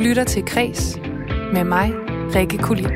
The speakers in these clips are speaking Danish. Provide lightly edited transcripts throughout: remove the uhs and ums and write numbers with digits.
lytter til Kres med mig, Rikke Kulin.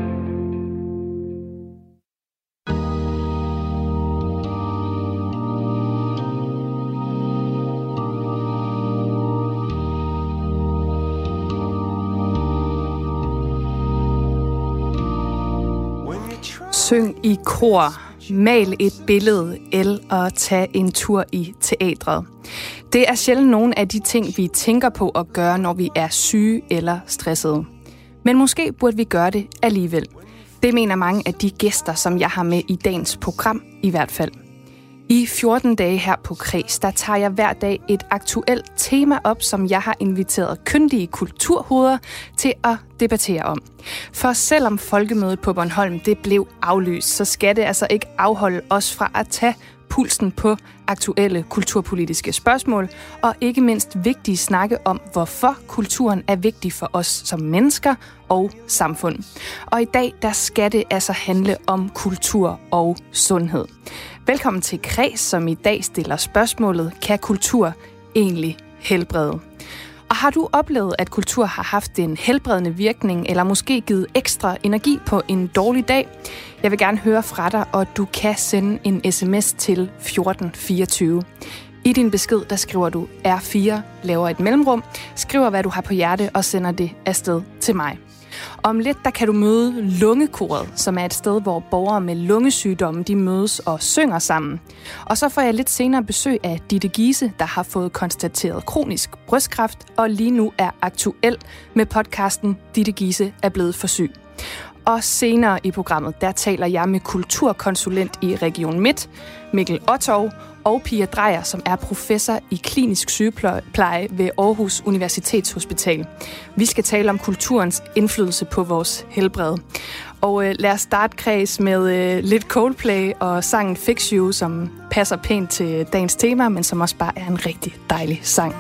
Syng i kor, mal et billede og tag en tur i teatret. Det er sjældent nogle af de ting, vi tænker på at gøre, når vi er syge eller stressede. Men måske burde vi gøre det alligevel. Det mener mange af de gæster, som jeg har med i dagens program i hvert fald. I 14 dage her på Kres, der tager jeg hver dag et aktuelt tema op, som jeg har inviteret kyndige kulturhoveder til at debattere om. For selvom folkemødet på Bornholm det blev aflyst, så skal det altså ikke afholde os fra at tage pulsen på aktuelle kulturpolitiske spørgsmål, og ikke mindst vigtige snakke om, hvorfor kulturen er vigtig for os som mennesker og samfund. Og i dag, der skal det altså handle om kultur og sundhed. Velkommen til Kres, som i dag stiller spørgsmålet, kan kultur egentlig helbrede? Og har du oplevet, at kultur har haft en helbredende virkning, eller måske givet ekstra energi på en dårlig dag? Jeg vil gerne høre fra dig, og du kan sende en sms til 1424. I din besked, der skriver du R4, laver et mellemrum, skriver, hvad du har på hjerte, og sender det afsted til mig. Om lidt, der kan du møde Lungekoret, som er et sted, hvor borgere med lungesygdomme, de mødes og synger sammen. Og så får jeg lidt senere besøg af Ditte Giese, der har fået konstateret kronisk brystkræft, og lige nu er aktuel med podcasten Ditte Giese er blevet for syg. Og senere i programmet, der taler jeg med kulturkonsulent i Region Midt, Mikkel Ottov, og Pia Drejer, som er professor i klinisk sygepleje ved Aarhus Universitetshospital. Vi skal tale om kulturens indflydelse på vores helbred. Og lad os starte Kres med lidt Coldplay og sangen Fix You, som passer pænt til dagens tema, men som også bare er en rigtig dejlig sang.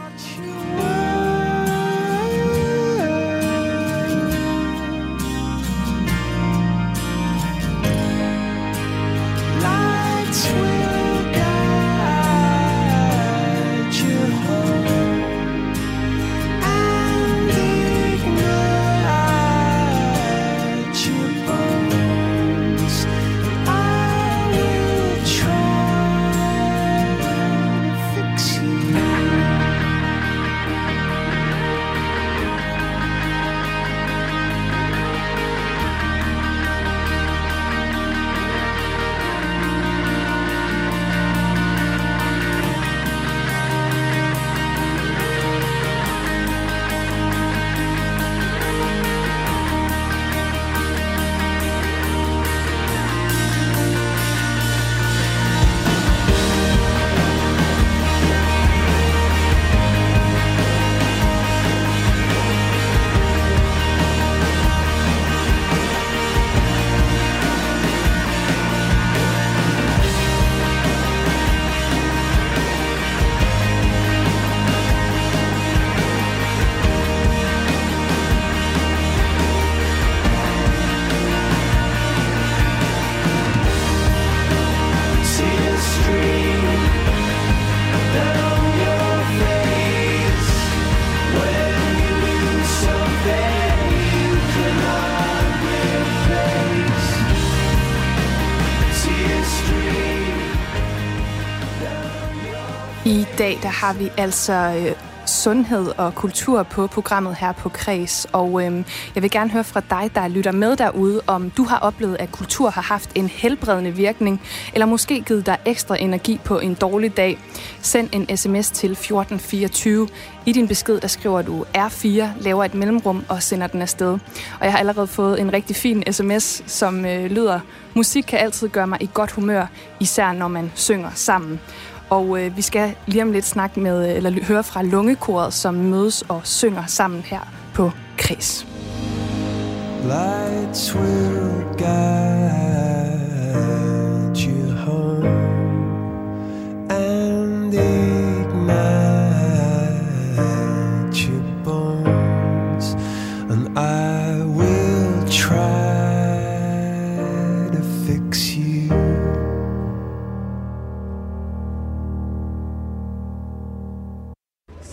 I dag der har vi altså sundhed og kultur på programmet her på Kres, og jeg vil gerne høre fra dig, der lytter med derude, om du har oplevet, at kultur har haft en helbredende virkning, eller måske givet dig ekstra energi på en dårlig dag. Send en sms til 1424. I din besked, der skriver du R4, laver et mellemrum og sender den afsted. Og jeg har allerede fået en rigtig fin sms, som lyder: musik kan altid gøre mig i godt humør, især når man synger sammen. Og vi skal lige om lidt snakke med, eller høre fra Lungekoret, som mødes og synger sammen her på Kres. Lights will guide you home and ignite your bones, and I will try to fix you.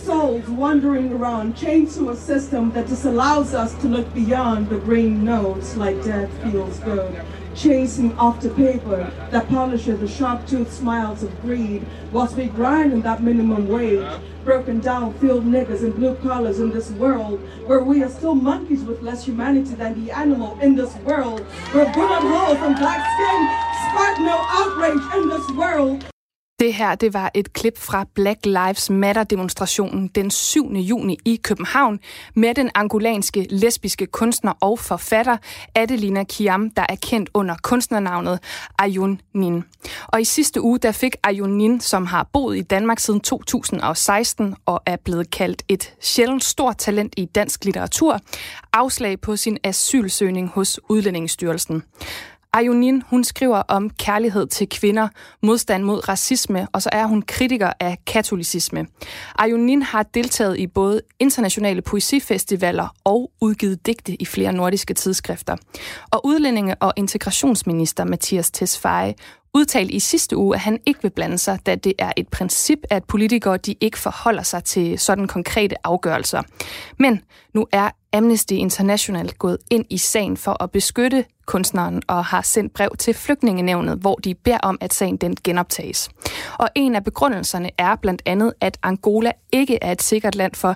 souls wandering around, chained to a system that disallows us to look beyond the green notes like death feels good. Chasing after paper that polishes the sharp-toothed smiles of greed whilst we grind in that minimum wage. Broken down field niggas in blue collars in this world where we are still monkeys with less humanity than the animal in this world, where bullet holes and black skin spark no outrage in this world. Det her, det var et klip fra Black Lives Matter-demonstrationen den 7. juni i København med den angolanske lesbiske kunstner og forfatter Adelina Kiam, der er kendt under kunstnernavnet Ayun Nin. Og i sidste uge, der fik Ayun Nin, som har boet i Danmark siden 2016 og er blevet kaldt et sjældent stort talent i dansk litteratur, afslag på sin asylsøgning hos Udlændingsstyrelsen. Ayun Nin, hun skriver om kærlighed til kvinder, modstand mod racisme, og så er hun kritiker af katolicisme. Ayun Nin har deltaget i både internationale poesifestivaler og udgivet digte i flere nordiske tidsskrifter. Og udlændinge- og integrationsminister Mattias Tesfaye udtalte i sidste uge, at han ikke vil blande sig, da det er et princip, at politikere de ikke forholder sig til sådan konkrete afgørelser. Men nu er Amnesty International gået ind i sagen for at beskytte kunstneren og har sendt brev til Flygtningenævnet, hvor de beder om, at sagen den genoptages. Og en af begrundelserne er blandt andet, at Angola ikke er et sikkert land for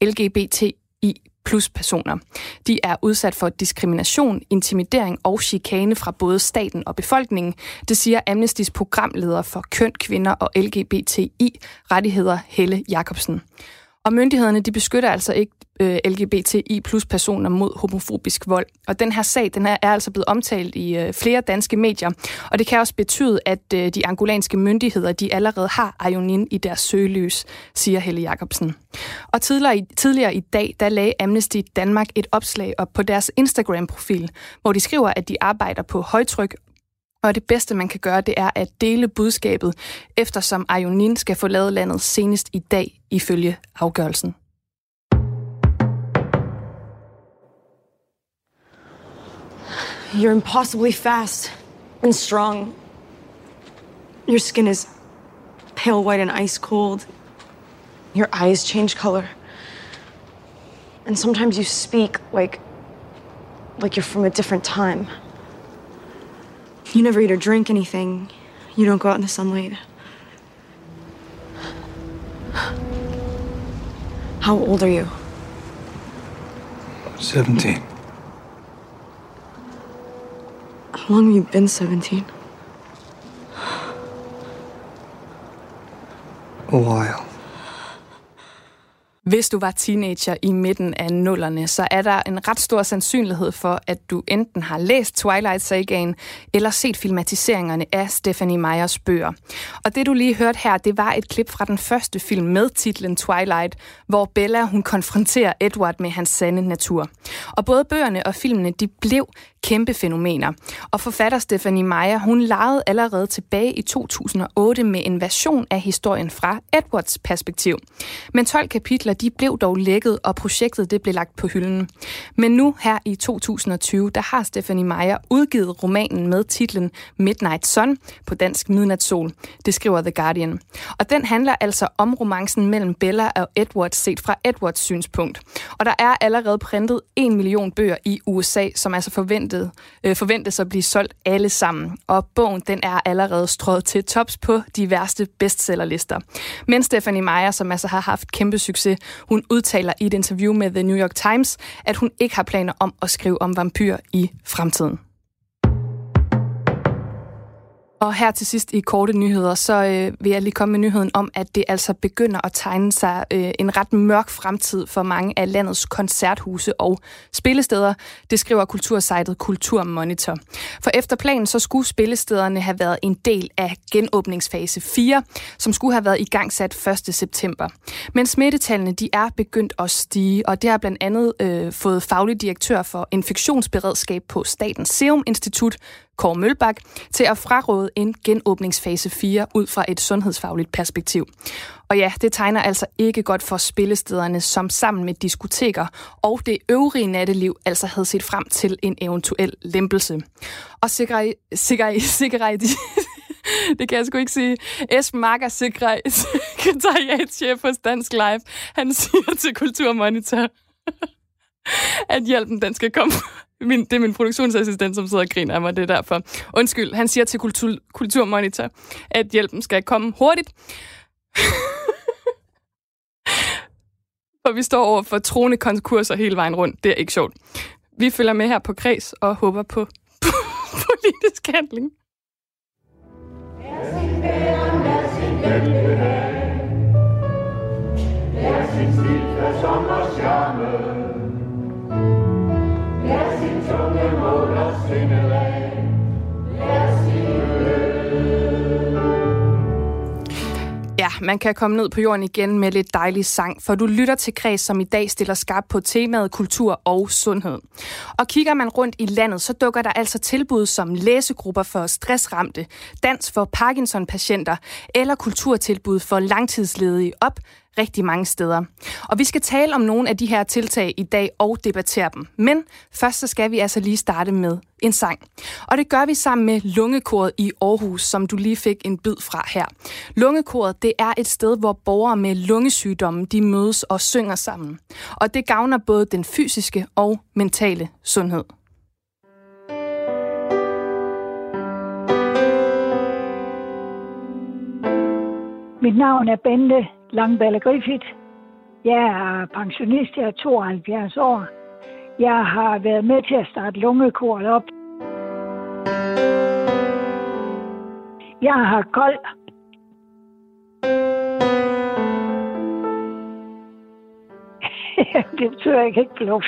LGBTI plus personer. De er udsat for diskrimination, intimidering og chikane fra både staten og befolkningen. Det siger Amnestys programleder for køn, kvinder og LGBTI-rettigheder, Helle Jacobsen. Og myndighederne, de beskytter altså ikke LGBTI plus personer mod homofobisk vold. Og den her sag, den er altså blevet omtalt i flere danske medier. Og det kan også betyde, at de angolanske myndigheder, de allerede har Ayun Nin i deres søgelys, siger Helle Jacobsen. Og tidligere i dag, der lagde Amnesty Danmark et opslag op på deres Instagram-profil, hvor de skriver, at de arbejder på højtryk. Og det bedste, man kan gøre, det er at dele budskabet, eftersom Ayun Nin skal forlade landet senest i dag, ifølge afgørelsen. You're impossibly fast and strong. Your skin is pale white and ice cold. Your eyes change color. And sometimes you speak like you're from a different time. You never eat or drink anything. You don't go out in the sunlight. How old are you? 17. How long have you been 17? A while. Hvis du var teenager i midten af 00'erne, så er der en ret stor sandsynlighed for, at du enten har læst Twilight-sagaen eller set filmatiseringerne af Stephenie Meyers bøger. Og det, du lige hørte her, det var et klip fra den første film med titlen Twilight, hvor Bella hun konfronterer Edward med hans sande natur. Og både bøgerne og filmene, de blev kæmpe fænomener. Og forfatter Stephenie Meyer, hun legede allerede tilbage i 2008 med en version af historien fra Edwards perspektiv. Men 12 kapitler, de blev dog lækket, og projektet det blev lagt på hylden. Men nu her i 2020, der har Stephenie Meyer udgivet romanen med titlen Midnight Sun, på dansk Midnatssol. Det skriver The Guardian. Og den handler altså om romancen mellem Bella og Edward set fra Edwards synspunkt. Og der er allerede printet 1 million bøger i USA, som altså forventes at blive solgt alle sammen. Og bogen den er allerede strøget til tops på de værste bestsellerlister. Men Stephenie Meyer, som altså har haft kæmpe succes, hun udtaler i et interview med The New York Times, at hun ikke har planer om at skrive om vampyr i fremtiden. Og her til sidst i korte nyheder, så vil jeg lige komme med nyheden om, at det altså begynder at tegne sig en ret mørk fremtid for mange af landets koncerthuse og spillesteder. Det skriver kultursejtet Kulturmonitor. For efter planen, så skulle spillestederne have været en del af genåbningsfase 4, som skulle have været igangsat 1. september. Men smittetallene, de er begyndt at stige, og det har blandt andet fået faglig direktør for infektionsberedskab på Statens Serum Institut, Kåre Mølbak, til at fraråde en genåbningsfase 4 ud fra et sundhedsfagligt perspektiv. Og ja, det tegner altså ikke godt for spillestederne, som sammen med diskoteker og det øvrige natteliv altså havde set frem til en eventuel lempelse. Og Det kan jeg sgu ikke sige. Esben Marker, sekretariatschef hos Dansk Live, han siger til Kulturmonitor, at hjælpen, den skal komme. Det er min produktionsassistent, som sidder og griner af mig, det er derfor. Undskyld, han siger til Kulturmonitor, at hjælpen skal komme hurtigt. For vi står over for truende konkurser hele vejen rundt. Det er ikke sjovt. Vi følger med her på Kreds og håber på politisk handling. Lær sin stil for sommerscharme. Lær sin tunge mål og sindelag. Lær sin Ja, man kan komme ned på jorden igen med lidt dejlig sang, for du lytter til Kreds, som i dag stiller skarpt på temaet kultur og sundhed. Og kigger man rundt i landet, så dukker der altså tilbud som læsegrupper for stressramte, dans for Parkinson-patienter eller kulturtilbud for langtidsledige op rigtig mange steder. Og vi skal tale om nogle af de her tiltag i dag og debattere dem. Men først så skal vi altså lige starte med en sang. Og det gør vi sammen med Lungekoret i Aarhus, som du lige fik en bid fra her. Lungekoret, det er et sted, hvor borgere med lungesygdomme, de mødes og synger sammen. Og det gavner både den fysiske og mentale sundhed. Mit navn er Bente Langballe Griffith. Jeg er pensionist, jeg er 72 år. Jeg har været med til at starte Lungekoret op. Jeg har kold. Det betyder, jeg ikke luft.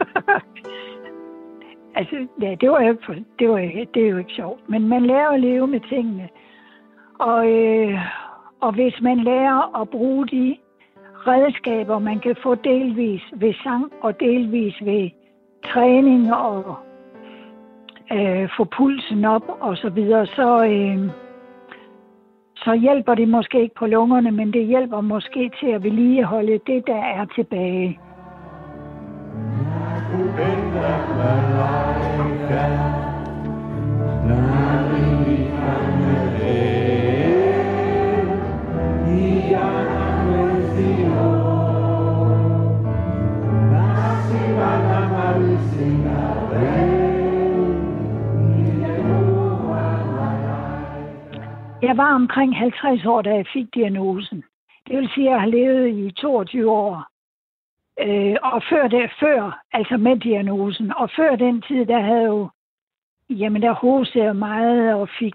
Altså, ja, det er jo ikke sjovt. Men man lærer at leve med tingene. Og hvis man lærer at bruge de redskaber, man kan få delvis ved sang og delvis ved træning og få pulsen op og så videre, så hjælper det måske ikke på lungerne, men det hjælper måske til at vedligeholde det, der er tilbage. Jeg var omkring 50 år, da jeg fik diagnosen. Det vil sige, at jeg har levet i 22 år. Og før, altså med diagnosen. Og før den tid, der havde jo, der hostede jeg meget og fik,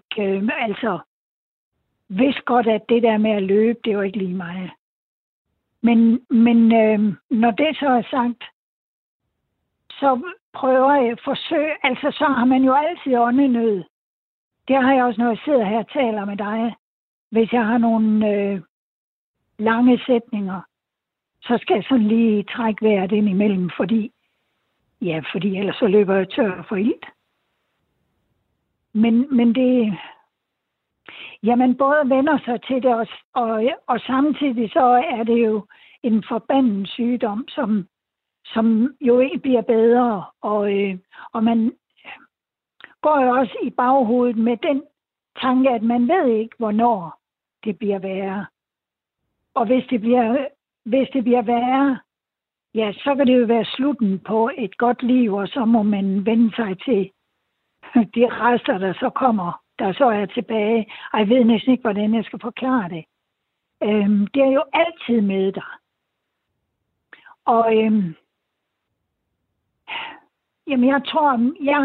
vidste godt, at det der med at løbe, det var ikke lige mig. Men når det så er sagt, så prøver jeg at forsøge, så har man jo altid åndenød. Det har jeg også, når jeg sidder her og taler med dig. Hvis jeg har nogle lange sætninger, så skal jeg sådan lige trække vejret ind imellem, fordi ellers så løber jeg tør for ilt. Men det, man både vender sig til det, og samtidig så er det jo en forbandet sygdom, som jo ikke bliver bedre, og man går jo også i baghovedet med den tanke, at man ved ikke, hvornår det bliver værre. Og hvis det bliver værre, ja, så kan det jo være slutten på et godt liv, og så må man vende sig til de rester, der så kommer, der så er tilbage. Og jeg ved næsten ikke, hvordan jeg skal forklare det. Det er jo altid med dig. Og jeg tror,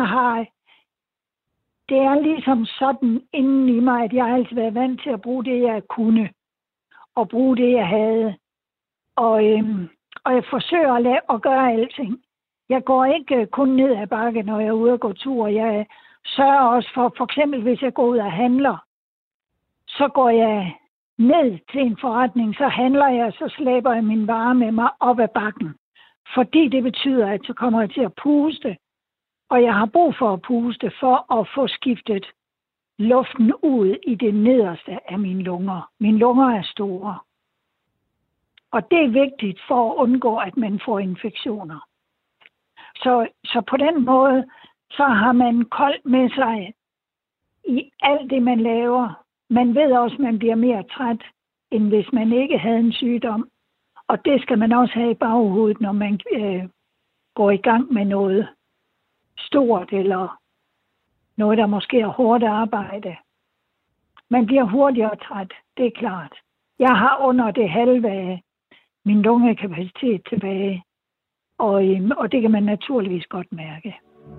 det er ligesom sådan inden i mig, at jeg har altid været vant til at bruge det, jeg kunne. Og bruge det, jeg havde. Og jeg forsøger at gøre alting. Jeg går ikke kun ned ad bakke, når jeg er ude og gå tur. Jeg sørger også for eksempel, hvis jeg går ud og handler, så går jeg ned til en forretning, så handler jeg, så slæber jeg min vare med mig op ad bakken. Fordi det betyder, at så kommer jeg til at puste. Og jeg har brug for at puste, for at få skiftet luften ud i det nederste af mine lunger. Mine lunger er store. Og det er vigtigt for at undgå, at man får infektioner. Så på den måde, så har man koldt med sig i alt det, man laver. man ved også, at man bliver mere træt, end hvis man ikke havde en sygdom. Og det skal man også have i baghovedet, når man går i gang med noget stort, eller noget, der måske er hårdt arbejde. Man bliver hurtigere træt, det er klart. Jeg har under det halve af min lungekapacitet tilbage, og det kan man naturligvis godt mærke.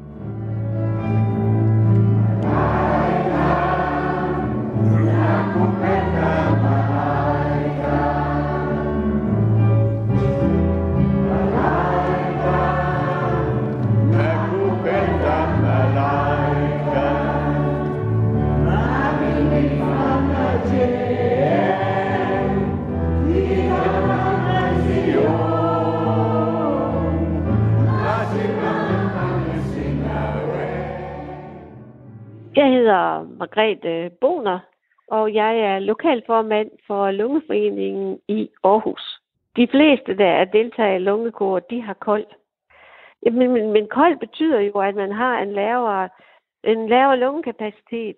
Jeg hedder Margrethe Boner, og jeg er lokalformand for Lungeforeningen i Aarhus. De fleste, der er deltager i lungekor, de har kold. Men kold betyder jo, at man har en lavere lungekapacitet,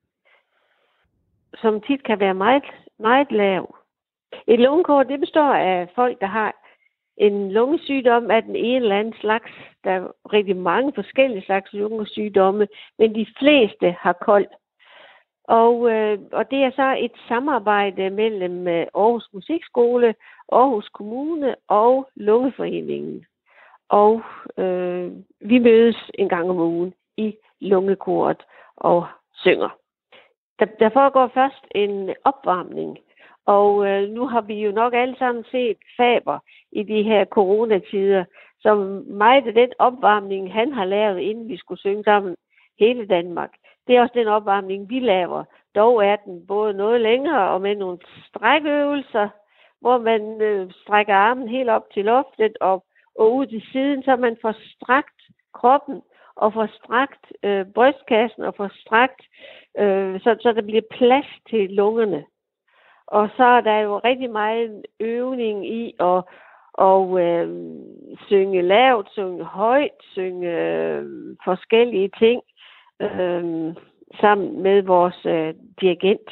som tit kan være meget, meget lav. Et lungekor, det består af folk, der har en lungesygdom af den ene eller anden slags. Der er rigtig mange forskellige slags lungesygdomme, men de fleste har kold. Og det er så et samarbejde mellem Aarhus Musikskole, Aarhus Kommune og Lungeforeningen. Og vi mødes en gang om ugen i lungekoret og synger. Der foregår først en opvarmning. Og nu har vi jo nok alle sammen set Faber i de her coronatider, som meget af den opvarmning, han har lavet, inden vi skulle synge sammen hele Danmark. Det er også den opvarmning, vi laver. Dog er den både noget længere og med nogle strækøvelser, hvor man strækker armen helt op til loftet og ud til siden, så man får strakt kroppen og får strakt brystkassen og får strakt, så der bliver plads til lungerne. Og så er der jo rigtig meget øvning i at synge lavt, synge højt, synge forskellige ting sammen med vores dirigent.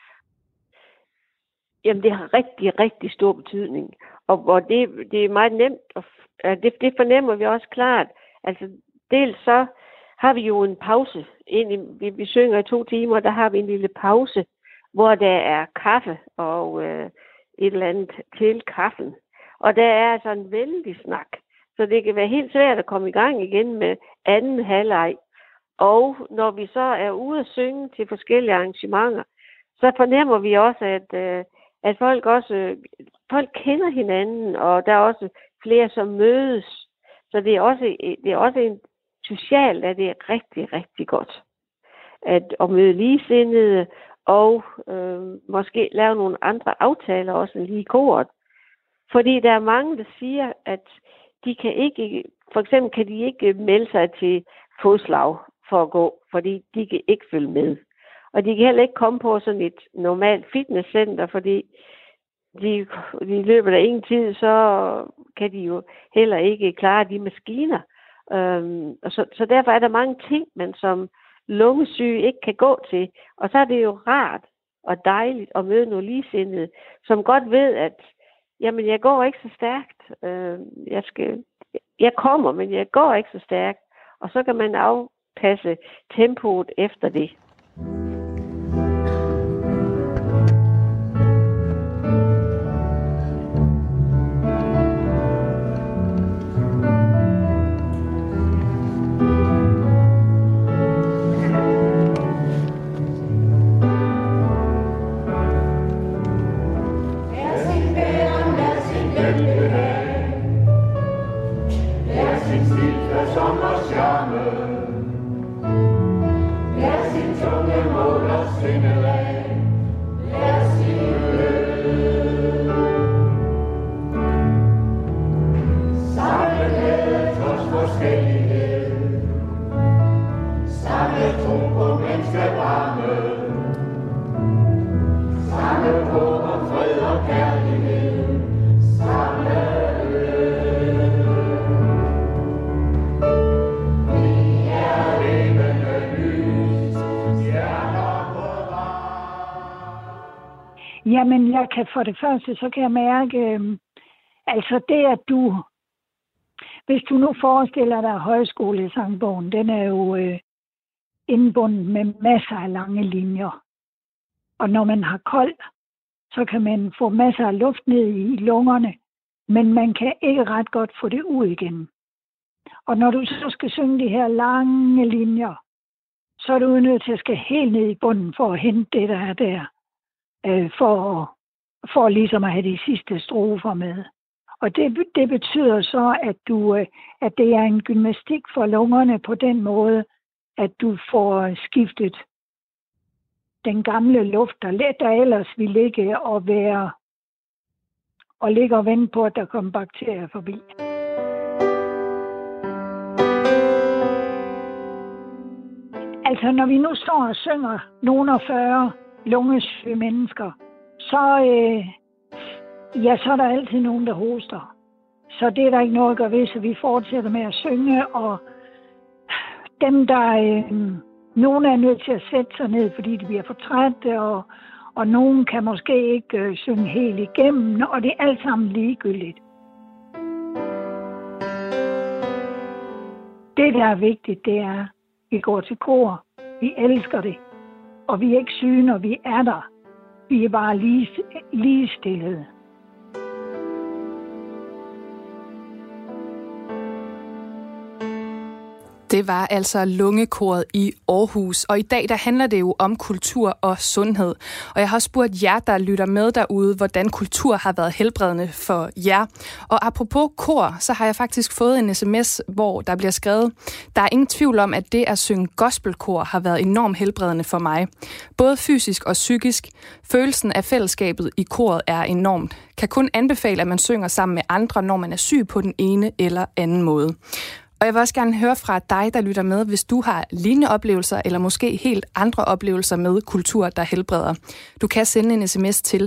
Jamen, det har rigtig, rigtig stor betydning. Og det er meget nemt, og det fornemmer vi også klart. Altså, dels så har vi jo en pause. Vi synger i 2 timer, der har vi en lille pause, hvor der er kaffe og et eller andet til kaffen. Og der er altså en vældig snak. Så det kan være helt svært at komme i gang igen med anden halvleg. Og når vi så er ude at synge til forskellige arrangementer, så fornemmer vi også, at folk kender hinanden, og der er også flere, som mødes. Så det er også en socialt, at det er rigtig, rigtig godt at møde ligesindede, og måske lave nogle andre aftaler også lige i koret. Fordi der er mange, der siger, at de kan ikke, for eksempel kan de ikke melde sig til fodslag for at gå, fordi de kan ikke følge med. Og de kan heller ikke komme på sådan et normalt fitnesscenter, fordi de løber der ingen tid, så kan de jo heller ikke klare de maskiner. Så derfor er der mange ting, man som lungesyge ikke kan gå til. Og så er det jo rart og dejligt at møde nogle ligesindede, som godt ved, at jamen, jeg går ikke så stærkt. Jeg kommer, men jeg går ikke så stærkt. Og så kan man afpasse tempoet efter det. Samme på om fred og kærlighed, samme jeg kan for det første, så kan jeg mærke, altså det, at hvis du nu forestiller dig højskolesangbogen, den er jo indbundet med masser af lange linjer. Og når man har koldt, så kan man få masser af luft ned i lungerne, men man kan ikke ret godt få det ud igen. Og når du så skal synge de her lange linjer, så er du nødt til at skal helt ned i bunden for at hente det, der er der, for ligesom at have de sidste strofer med. Og det betyder så, at det er en gymnastik for lungerne på den måde, at du får skiftet den gamle luft, der ellers vil ligge og ligge og vente på, at der kommer bakterier forbi. Altså, når vi nu står og synger nogen af 40 lungesyge mennesker, så er der altid nogen, der hoster. Så det er der ikke noget at gøre ved, så vi fortsætter med at synge, og dem, nogen er nødt til at sætte sig ned, fordi de bliver for trætte, og nogen kan måske ikke synge helt igennem, og det er alt sammen ligegyldigt. Det, der er vigtigt, det er, at vi går til kor. Vi elsker det. Og vi er ikke syge, når vi er der. Vi er bare ligestillede. Det var altså Lungekoret i Aarhus, og i dag der handler det jo om kultur og sundhed. Og jeg har spurgt jer, der lytter med derude, hvordan kultur har været helbredende for jer. Og apropos kor, så har jeg faktisk fået en sms, hvor der bliver skrevet: der er ingen tvivl om, at det at synge gospelkor har været enormt helbredende for mig. Både fysisk og psykisk. Følelsen af fællesskabet i koret er enormt. Kan kun anbefale, at man synger sammen med andre, når man er syg på den ene eller anden måde. Og jeg vil også gerne høre fra dig, der lytter med, hvis du har lignende oplevelser, eller måske helt andre oplevelser med kultur, der helbreder. Du kan sende en sms til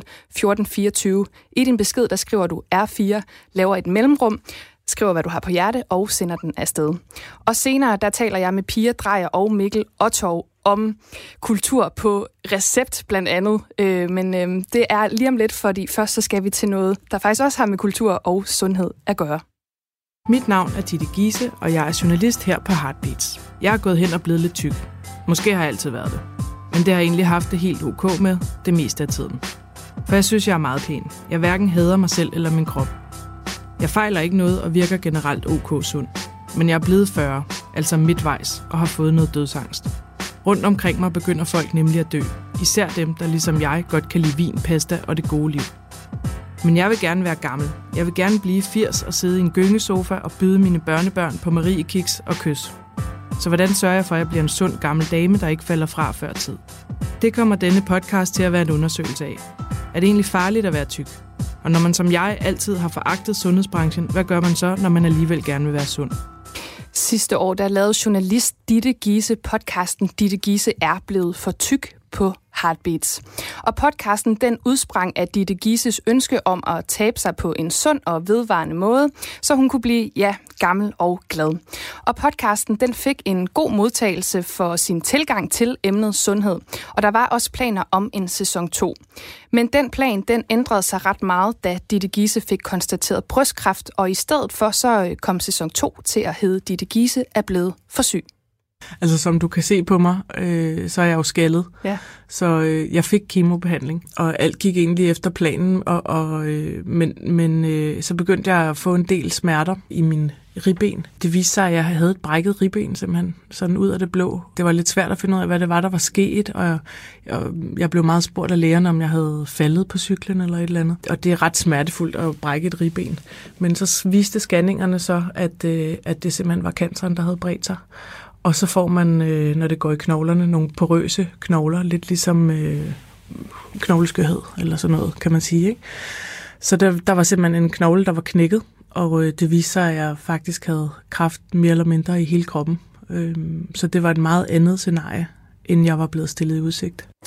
1424. I din besked, der skriver du R4, laver et mellemrum, skriver, hvad du har på hjerte, og sender den afsted. Og senere, der taler jeg med Pia Drejer og Mikkel Ottov om kultur på recept, blandt andet. Men det er lige om lidt, fordi først så skal vi til noget, der faktisk også har med kultur og sundhed at gøre. Mit navn er Ditte Giese, og jeg er journalist her på Heartbeats. Jeg er gået hen og blevet lidt tyk. Måske har jeg altid været det. Men det har jeg egentlig haft det helt ok med det meste af tiden. For jeg synes, jeg er meget pæn. Jeg hverken hader mig selv eller min krop. Jeg fejler ikke noget og virker generelt ok sund. Men jeg er blevet 40, altså midtvejs, og har fået noget dødsangst. Rundt omkring mig begynder folk nemlig at dø. Især dem, der ligesom jeg godt kan lide vin, pasta og det gode liv. Men jeg vil gerne være gammel. Jeg vil gerne blive 80 og sidde i en gyngesofa og byde mine børnebørn på Mariekiks og kys. Så hvordan sørger jeg for, at jeg bliver en sund gammel dame, der ikke falder fra før tid? Det kommer denne podcast til at være en undersøgelse af. Er det egentlig farligt at være tyk? Og når man som jeg altid har foragtet sundhedsbranchen, hvad gør man så, når man alligevel gerne vil være sund? Sidste år, der lavede journalist Ditte Giese podcasten Ditte Giese er blevet for tyk på Heartbeats. Og podcasten, den udsprang af Ditte Gieses ønske om at tabe sig på en sund og vedvarende måde, så hun kunne blive, gammel og glad. Og podcasten, den fik en god modtagelse for sin tilgang til emnet sundhed. Og der var også planer om en sæson 2. Men den plan, den ændrede sig ret meget, da Ditte Giese fik konstateret brystkræft, og i stedet for så kom sæson 2 til at hedde Ditte Giese er blevet for syg. Altså som du kan se på mig, så er jeg jo skaldet. Ja. Så jeg fik kemobehandling, og alt gik egentlig efter planen. Men så begyndte jeg at få en del smerter i min ribben. Det viste sig, at jeg havde et brækket ribben simpelthen, sådan ud af det blå. Det var lidt svært at finde ud af, hvad det var, der var sket, og jeg blev meget spurgt af lægerne, om jeg havde faldet på cyklen eller et eller andet. Og det er ret smertefuldt at brække et ribben. Men så viste scanningerne så, at det simpelthen var canceren, der havde bredt sig. Og så får man, når det går i knoglerne, nogle porøse knogler, lidt ligesom knogleskørhed eller sådan noget, kan man sige, ikke? Så der var simpelthen en knogle, der var knækket, og det viste sig, at jeg faktisk havde kræft mere eller mindre i hele kroppen. Så det var et meget andet scenarie, end jeg var blevet stillet i udsigt.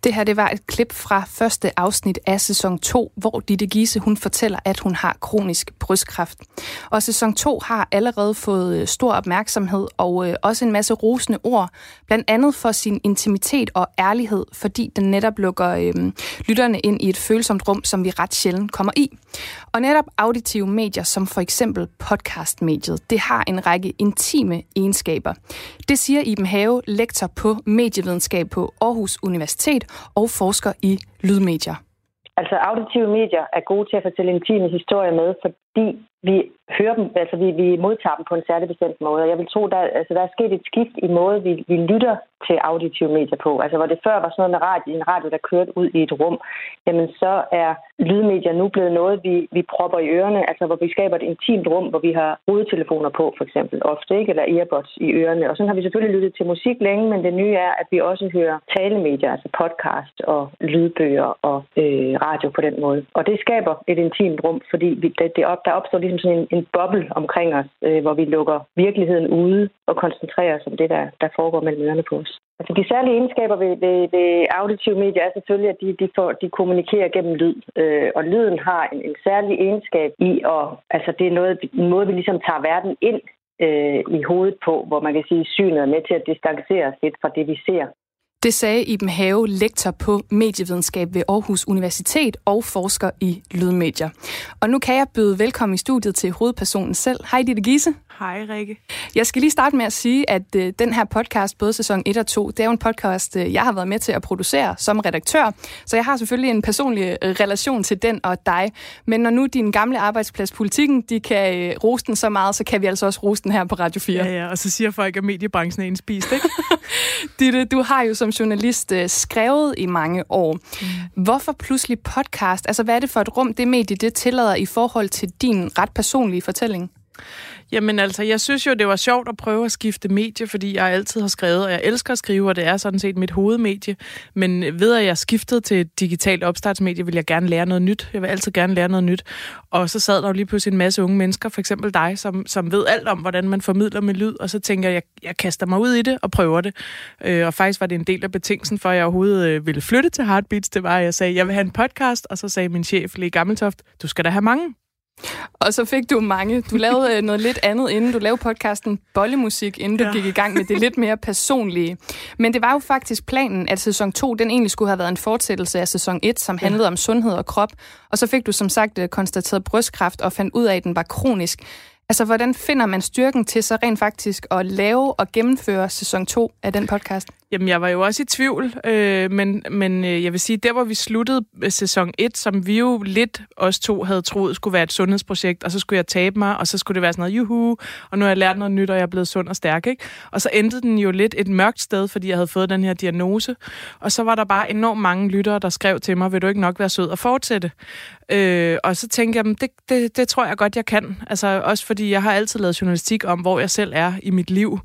Det her, det var et klip fra første afsnit af sæson 2, hvor Ditte Giese, hun fortæller, at hun har kronisk brystkræft. Og sæson 2 har allerede fået stor opmærksomhed og også en masse rosende ord, blandt andet for sin intimitet og ærlighed, fordi den netop lukker lytterne ind i et følsomt rum, som vi ret sjældent kommer i. Og netop auditive medier, som for eksempel podcastmediet, det har en række intime egenskaber. Det siger Iben Have, lektor på medievidenskab på Aarhus Universitet og forsker i lydmedier. Altså auditive medier er gode til at fortælle intime historier med, fordi vi hører dem, altså vi modtager dem på en særlig bestemt måde. Og jeg vil tro, der er sket et skift i måde, vi lytter til auditive medier på. Altså hvor det før var sådan noget med en radio, der kørte ud i et rum, jamen så er lydmedier nu blevet noget, vi propper i ørerne, altså hvor vi skaber et intimt rum, hvor vi har hovedtelefoner på, for eksempel ofte, ikke? Eller earbuds i ørerne. Og sådan har vi selvfølgelig lyttet til musik længe, men det nye er, at vi også hører talemedier, altså podcast og lydbøger og radio på den måde. Og det skaber et intimt rum, fordi der opstår ligesom sådan en boble omkring os, hvor vi lukker virkeligheden ude og koncentrerer os om det, der foregår mellem ørerne på os. Altså de særlige egenskaber ved auditive medier er selvfølgelig, at de kommunikerer gennem lyd. Og lyden har en særlig egenskab i, altså det er en måde, vi ligesom tager verden ind i hovedet på, hvor man kan sige, synet er med til at distancere os lidt fra det, vi ser. Det sagde Iben Have, lektor på medievidenskab ved Aarhus Universitet og forsker i lydmedier. Og nu kan jeg byde velkommen i studiet til hovedpersonen selv. Hej Ditte Giese. Hej Rikke. Jeg skal lige starte med at sige, at den her podcast, både sæson 1 og 2, det er jo en podcast, jeg har været med til at producere som redaktør. Så jeg har selvfølgelig en personlig relation til den og dig. Men når nu din gamle arbejdsplads Politikken, de kan rose den så meget, så kan vi altså også rose den her på Radio 4. Ja, og så siger folk, at mediebranchen er indspist, ikke? Ditte, du har jo som journalist skrevet i mange år. Hvorfor pludselig podcast? Altså, hvad er det for et rum, det medie, det tillader i forhold til din ret personlige fortælling? Jamen altså, jeg synes jo, det var sjovt at prøve at skifte medie, fordi jeg altid har skrevet, og jeg elsker at skrive, og det er sådan set mit hovedmedie. Men ved at jeg skiftede til et digitalt opstartsmedie, vil jeg gerne lære noget nyt. Jeg vil altid gerne lære noget nyt. Og så sad der jo lige pludselig en masse unge mennesker, for eksempel dig, som ved alt om, hvordan man formidler med lyd, og så tænker jeg kaster mig ud i det og prøver det. Og faktisk var det en del af betingelsen for, at jeg overhovedet ville flytte til Heartbeats. Det var, at jeg sagde, jeg vil have en podcast, og så sagde min chef, Lee Gammeltoft, du skal da have mange. Og så fik du mange. Du lavede noget lidt andet inden. Du lavede podcasten Bollemusik, inden du gik i gang med det lidt mere personlige. Men det var jo faktisk planen, at sæson 2, den egentlig skulle have været en fortsættelse af sæson 1, som handlede om sundhed og krop. Og så fik du som sagt konstateret brystkræft og fandt ud af, at den var kronisk. Altså, hvordan finder man styrken til så rent faktisk at lave og gennemføre sæson 2 af den podcast? Jamen, jeg var jo også i tvivl, men jeg vil sige, der hvor vi sluttede sæson 1, som vi jo lidt os to havde troet skulle være et sundhedsprojekt, og så skulle jeg tabe mig, og så skulle det være sådan noget, juhu, og nu har jeg lært noget nyt, og jeg er blevet sund og stærk, ikke? Og så endte den jo lidt et mørkt sted, fordi jeg havde fået den her diagnose, og så var der bare enormt mange lyttere, der skrev til mig, vil du ikke nok være sød og fortsætte? Og så tænkte jeg, det tror jeg godt, jeg kan. Altså også fordi jeg har altid lavet journalistik om, hvor jeg selv er i mit liv,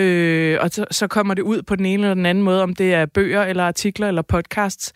og så kommer det ud på den ene eller den anden måde, om det er bøger eller artikler eller podcasts.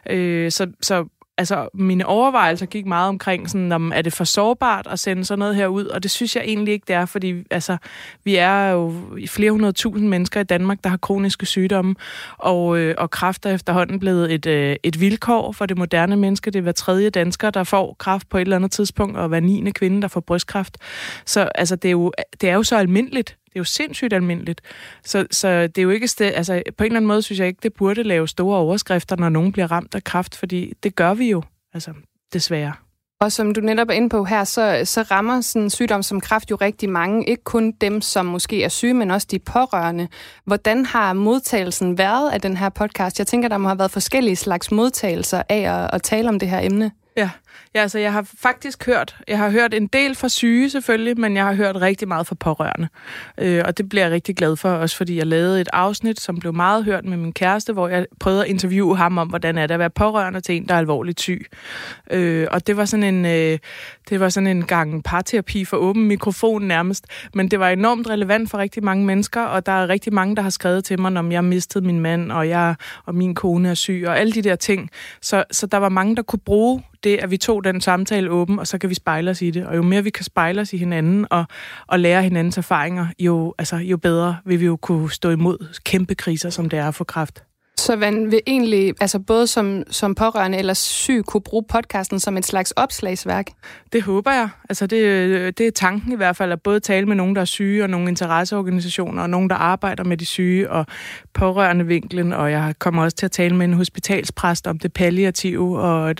Så altså, mine overvejelser gik meget omkring, sådan, om er det for sårbart at sende sådan noget her ud, og det synes jeg egentlig ikke, det er, fordi altså, vi er jo flere 100.000 mennesker i Danmark, der har kroniske sygdomme, og kræft er efterhånden blevet et vilkår for det moderne menneske. Det er hver tredje dansker, der får kræft på et eller andet tidspunkt, og hver 9. kvinde, der får brystkræft. Så altså, det er jo så almindeligt. Det er jo sindssygt almindeligt. Så det er jo ikke altså på en eller anden måde synes jeg ikke, det burde lave store overskrifter, når nogen bliver ramt af kræft, fordi det gør vi jo, altså desværre. Og som du netop er inde på her, så rammer sådan en sygdom som kræft jo rigtig mange. Ikke kun dem, som måske er syge, men også de pårørende. Hvordan har modtagelsen været af den her podcast? Jeg tænker, der må have været forskellige slags modtagelser af at tale om det her emne. Ja, altså jeg har faktisk hørt en del fra syge selvfølgelig, men jeg har hørt rigtig meget fra pårørende. Og det bliver jeg rigtig glad for, også fordi jeg lavede et afsnit, som blev meget hørt med min kæreste, hvor jeg prøvede at interviewe ham om, hvordan er det at være pårørende til en, der er alvorligt syg. Og det var sådan en gang parterapi for åben mikrofon nærmest, men det var enormt relevant for rigtig mange mennesker, og der er rigtig mange, der har skrevet til mig, om jeg mistede min mand, og min kone er syg, og alle de der ting. Så der var mange, der kunne bruge det, at vi tog den samtale åben, og så kan vi spejle os i det. Og jo mere vi kan spejle os i hinanden og lære hinandens erfaringer, jo bedre vil vi jo kunne stå imod kæmpe kriser, som det er for kræft. Så man vil egentlig, altså både som pårørende eller syg, kunne bruge podcasten som et slags opslagsværk? Det håber jeg. Altså det er tanken i hvert fald, at både tale med nogen, der er syge, og nogle interesseorganisationer, og nogen, der arbejder med de syge, og pårørende vinklen, og jeg kommer også til at tale med en hospitalspræst om det palliative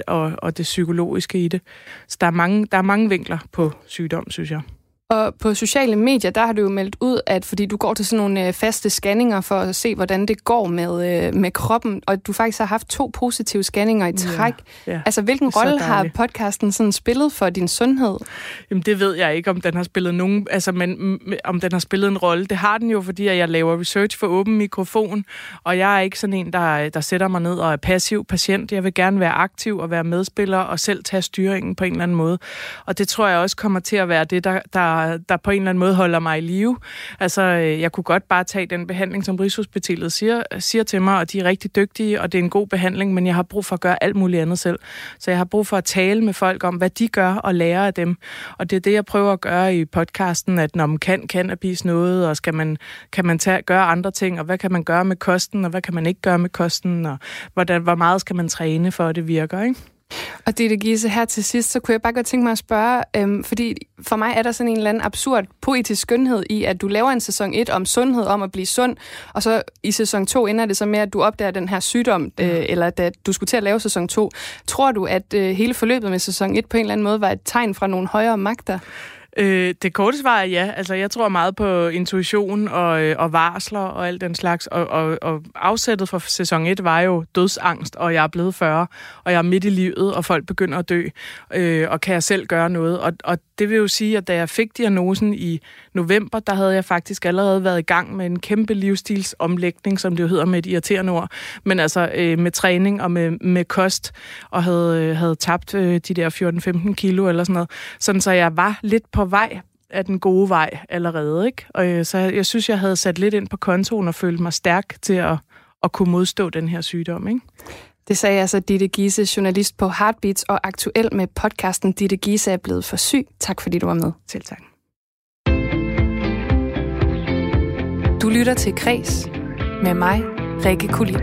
og det psykologiske i det. Så der er mange vinkler på sygdom, synes jeg. Og på sociale medier, der har du jo meldt ud, at fordi du går til sådan nogle faste scanninger for at se, hvordan det går med kroppen, og du faktisk har haft 2 positive scanninger i træk. Ja. Altså, hvilken rolle har podcasten sådan spillet for din sundhed? Jamen, det ved jeg ikke, om den har spillet nogen, altså, men om den har spillet en rolle. Det har den jo, fordi jeg laver research for åben mikrofon, og jeg er ikke sådan en, der sætter mig ned og er passiv patient. Jeg vil gerne være aktiv og være medspiller og selv tage styringen på en eller anden måde. Og det tror jeg også kommer til at være det, der på en eller anden måde holder mig i live. Altså, jeg kunne godt bare tage den behandling, som Rigshospitalet siger til mig, og de er rigtig dygtige, og det er en god behandling, men jeg har brug for at gøre alt muligt andet selv. Så jeg har brug for at tale med folk om, hvad de gør, og lære af dem. Og det er det, jeg prøver at gøre i podcasten, at når man kan cannabis noget, og kan man gøre andre ting, og hvad kan man gøre med kosten, og hvad kan man ikke gøre med kosten, og hvor meget skal man træne for, at det virker, ikke? Og Ditte Giese, her til sidst, så kunne jeg bare godt tænke mig at spørge, fordi for mig er der sådan en eller anden absurd poetisk skønhed i, at du laver en sæson 1 om sundhed, om at blive sund, og så i sæson 2 ender det så med, at du opdager den her sygdom, eller da du skulle til at lave sæson 2. Tror du, at hele forløbet med sæson 1 på en eller anden måde var et tegn fra nogle højere magter? Det korte svar er ja. Altså, jeg tror meget på intuition og varsler og alt den slags. Og afsættet for sæson 1 var jo dødsangst, og jeg er blevet 40, og jeg er midt i livet, og folk begynder at dø, og kan jeg selv gøre noget. Og det vil jo sige, at da jeg fik diagnosen i november, der havde jeg faktisk allerede været i gang med en kæmpe livsstilsomlægning, som det jo hedder med et irriterende ord, men altså med træning og med kost, og havde tabt de der 14-15 kilo eller sådan noget. Sådan så jeg var lidt på vej af den gode vej allerede, ikke? Og så jeg synes, jeg havde sat lidt ind på kontoen og følte mig stærk til at kunne modstå den her sygdom, ikke? Det sagde altså Ditte Giese, journalist på Heartbeats og aktuel med podcasten Ditte Giese er blevet for syg. Tak fordi du var med. Selv tak. Du lytter til Kres med mig, Rikke Kulin.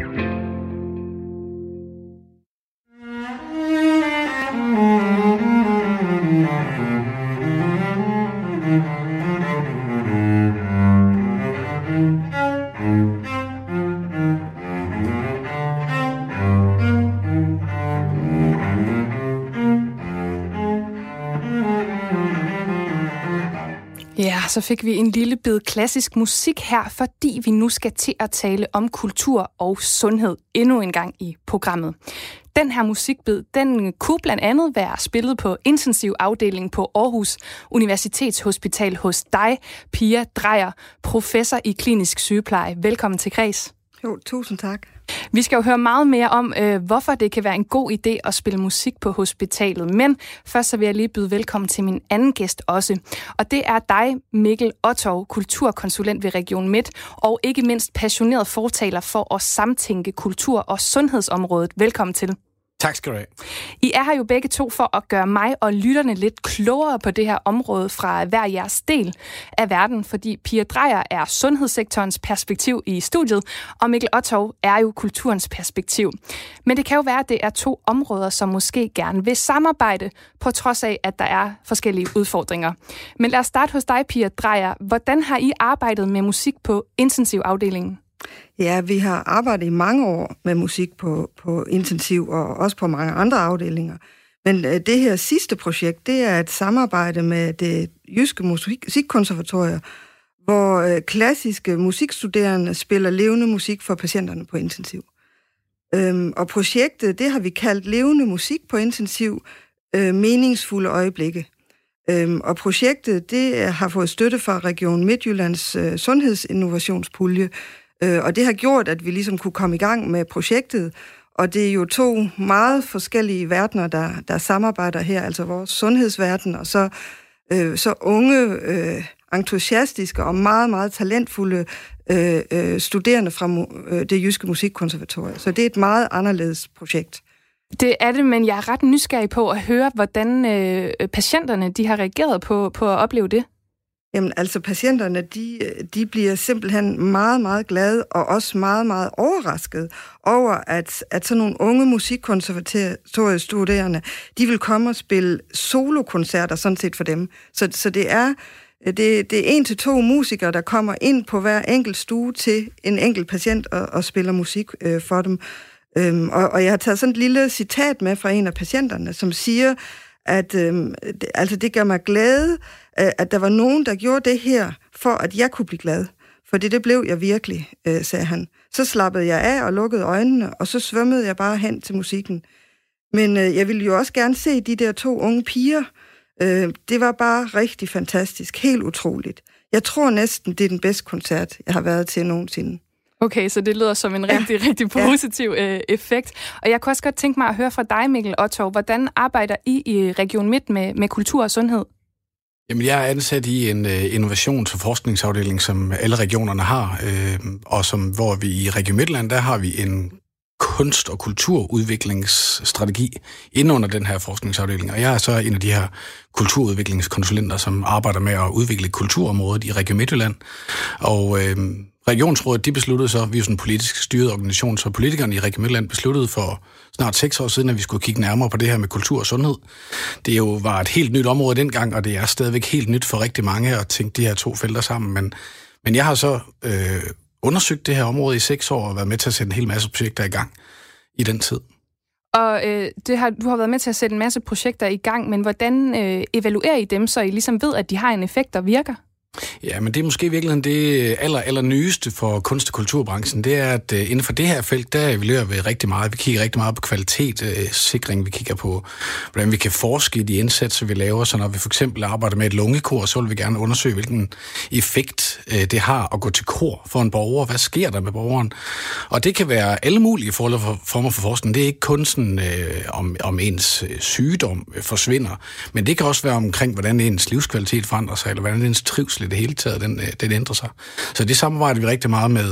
Ja, så fik vi en lille bid klassisk musik her, fordi vi nu skal til at tale om kultur og sundhed endnu en gang i programmet. Den her musikbid, den kunne blandt andet være spillet på intensivafdelingen på Aarhus Universitetshospital hos dig, Pia Dreyer, professor i klinisk sygepleje. Velkommen til Kres. Jo, tusind tak. Vi skal jo høre meget mere om, hvorfor det kan være en god idé at spille musik på hospitalet. Men først så vil jeg lige byde velkommen til min anden gæst også. Og det er dig, Mikkel Ottov, kulturkonsulent ved Region Midt, og ikke mindst passioneret fortaler for at samtænke kultur- og sundhedsområdet. Velkommen til. Tak skal du have. I er her jo begge to for at gøre mig og lytterne lidt klogere på det her område fra hver jeres del af verden, fordi Pia Dreyer er sundhedssektorens perspektiv i studiet, og Mikkel Ottov er jo kulturens perspektiv. Men det kan jo være, at det er 2 områder, som måske gerne vil samarbejde, på trods af, at der er forskellige udfordringer. Men lad os starte hos dig, Pia Dreyer. Hvordan har I arbejdet med musik på intensivafdelingen? Ja, vi har arbejdet i mange år med musik på intensiv og også på mange andre afdelinger. Men det her sidste projekt, det er et samarbejde med det Jyske Musikkonservatorium, hvor klassiske musikstuderende spiller levende musik for patienterne på intensiv. Og projektet, det har vi kaldt levende musik på intensiv, meningsfulde øjeblikke. Og projektet, det har fået støtte fra Region Midtjyllands sundhedsinnovationspulje, og det har gjort, at vi ligesom kunne komme i gang med projektet, og det er jo 2 meget forskellige verdener, der samarbejder her, altså vores sundhedsverden, og så unge, entusiastiske og meget, meget talentfulde studerende fra det Jyske Musikkonservatorium. Så det er et meget anderledes projekt. Det er det, men jeg er ret nysgerrig på at høre, hvordan patienterne de har reageret på at opleve det. Jamen, altså patienterne, de bliver simpelthen meget, meget glade, og også meget, meget overrasket over, at sådan nogle unge musikkonservatoriestuderende, de vil komme og spille solokoncerter sådan set for dem. Så det er 1 til 2 musikere, der kommer ind på hver enkelt stue til en enkelt patient og spiller musik for dem. Og jeg har taget sådan et lille citat med fra en af patienterne, som siger, at altså det gør mig glæde, at der var nogen, der gjorde det her, for at jeg kunne blive glad. For det blev jeg virkelig, sagde han. Så slappede jeg af og lukkede øjnene, og så svømmede jeg bare hen til musikken. Men jeg ville jo også gerne se de der 2 unge piger. Det var bare rigtig fantastisk, helt utroligt. Jeg tror næsten, det er den bedste koncert, jeg har været til nogensinde. Okay, så det lyder som en rigtig positiv effekt. Og jeg kunne også godt tænke mig at høre fra dig, Mikkel Otto. Hvordan arbejder I Region Midt med kultur og sundhed? Jamen, jeg er ansat i en innovations- og forskningsafdeling, som alle regionerne har, og hvor vi i Region Midtland, der har vi en kunst- og kulturudviklingsstrategi inde under den her forskningsafdeling. Og jeg er så en af de her kulturudviklingskonsulenter, som arbejder med at udvikle kulturområdet i Region Midtland. Og Regionsrådet, de besluttede så, vi er jo sådan en politisk styret organisation, så politikerne i Region Midtland besluttede for snart 6 år siden, at vi skulle kigge nærmere på det her med kultur og sundhed. Det jo var et helt nyt område dengang, og det er stadigvæk helt nyt for rigtig mange at tænke de her 2 felter sammen. Men jeg har så undersøgt det her område i 6 år og været med til at sætte en hel masse projekter i gang i den tid. Og du har været med til at sætte en masse projekter i gang, men hvordan evaluerer I dem, så I ligesom ved, at de har en effekt, der virker? Ja, men det er måske i virkeligheden det aller nyeste for kunst- og kulturbranchen, det er, at inden for det her felt, der evaluerer vi rigtig meget. Vi kigger rigtig meget på kvalitetssikring, vi kigger på, hvordan vi kan forske i de indsatser, vi laver. Så når vi for eksempel arbejder med et lungekor, så vil vi gerne undersøge, hvilken effekt det har at gå til kor for en borger. Hvad sker der med borgeren? Og det kan være alle mulige former for forskning. Det er ikke kun sådan, om ens sygdom forsvinder, men det kan også være omkring, hvordan ens livskvalitet forandrer sig, eller hvordan ens trivsel i det hele taget, den ændrer sig. Så det samarbejder vi rigtig meget med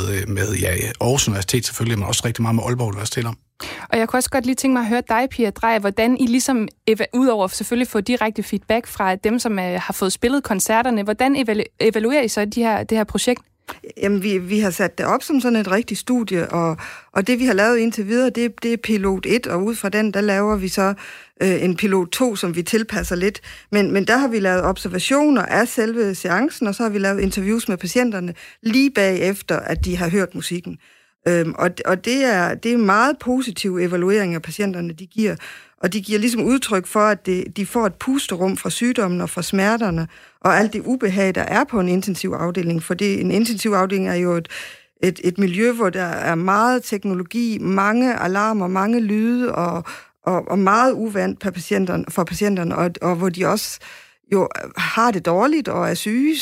Aarhus Universitet selvfølgelig, men også rigtig meget med Aalborg Universitet om. Og jeg kunne også godt lige tænke mig at høre dig, Pia Drej, hvordan I ligesom, udover selvfølgelig få direkte feedback fra dem, som har fået spillet koncerterne, hvordan evaluerer I så det her projekt? Jamen, vi har sat det op som sådan et rigtigt studie, og det, vi har lavet indtil videre, det er pilot 1, og ud fra den, der laver vi så en pilot 2, som vi tilpasser lidt. Men der har vi lavet observationer af selve seancen, og så har vi lavet interviews med patienterne lige bagefter, at de har hørt musikken. Og det er meget positive evalueringer af patienterne, de giver. Og de giver ligesom udtryk for, at de får et pusterum fra sygdommen og fra smerterne, og alt det ubehag, der er på en intensivafdeling. For en intensivafdeling er jo et miljø, hvor der er meget teknologi, mange alarmer, mange lyde, og meget uvant for patienterne, og hvor de også jo har det dårligt og er syge,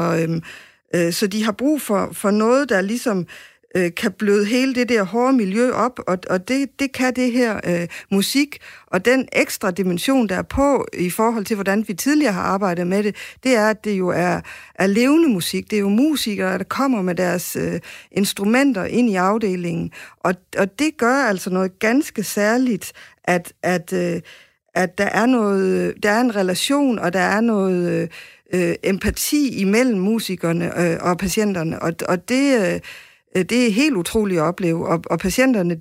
så de har brug for noget, der ligesom kan bløde hele det der hårde miljø op, og det kan det her musik, og den ekstra dimension, der er på i forhold til, hvordan vi tidligere har arbejdet med det er, at det jo er levende musik. Det er jo musikere, der kommer med deres instrumenter ind i afdelingen, og det gør altså noget ganske særligt, at der er en relation, og der er noget empati imellem musikerne og patienterne, og det er helt utroligt at opleve, og patienterne,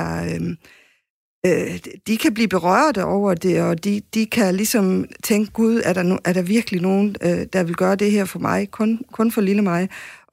de kan blive berørte over det, og de kan ligesom tænke, Gud, er der virkelig nogen, der vil gøre det her for mig, kun for lille mig,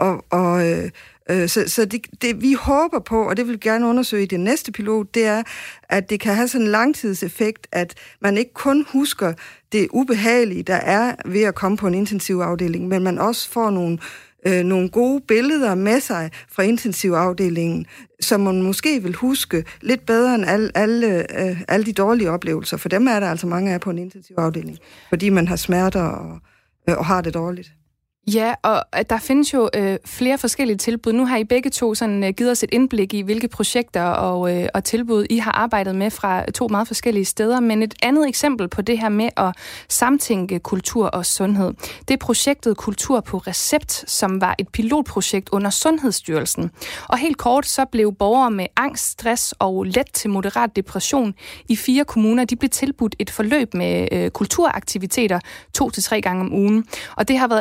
så det vi håber på, og det vil vi gerne undersøge i det næste pilot, det er, at det kan have sådan en langtidseffekt, at man ikke kun husker det ubehagelige, der er ved at komme på en intensivafdeling, men man også får nogle gode billeder med sig fra intensivafdelingen, som man måske vil huske lidt bedre end alle de dårlige oplevelser, for dem er der altså mange af på en intensivafdeling, fordi man har smerter og har det dårligt. Ja, og der findes jo flere forskellige tilbud. Nu har I begge to sådan givet os et indblik i, hvilke projekter og tilbud I har arbejdet med fra 2 meget forskellige steder. Men et andet eksempel på det her med at samtænke kultur og sundhed, det er projektet Kultur på Recept, som var et pilotprojekt under Sundhedsstyrelsen. Og helt kort så blev borgere med angst, stress og let til moderat depression i 4 kommuner, de blev tilbudt et forløb med kulturaktiviteter 2 til 3 gange om ugen. Og det har været alt fra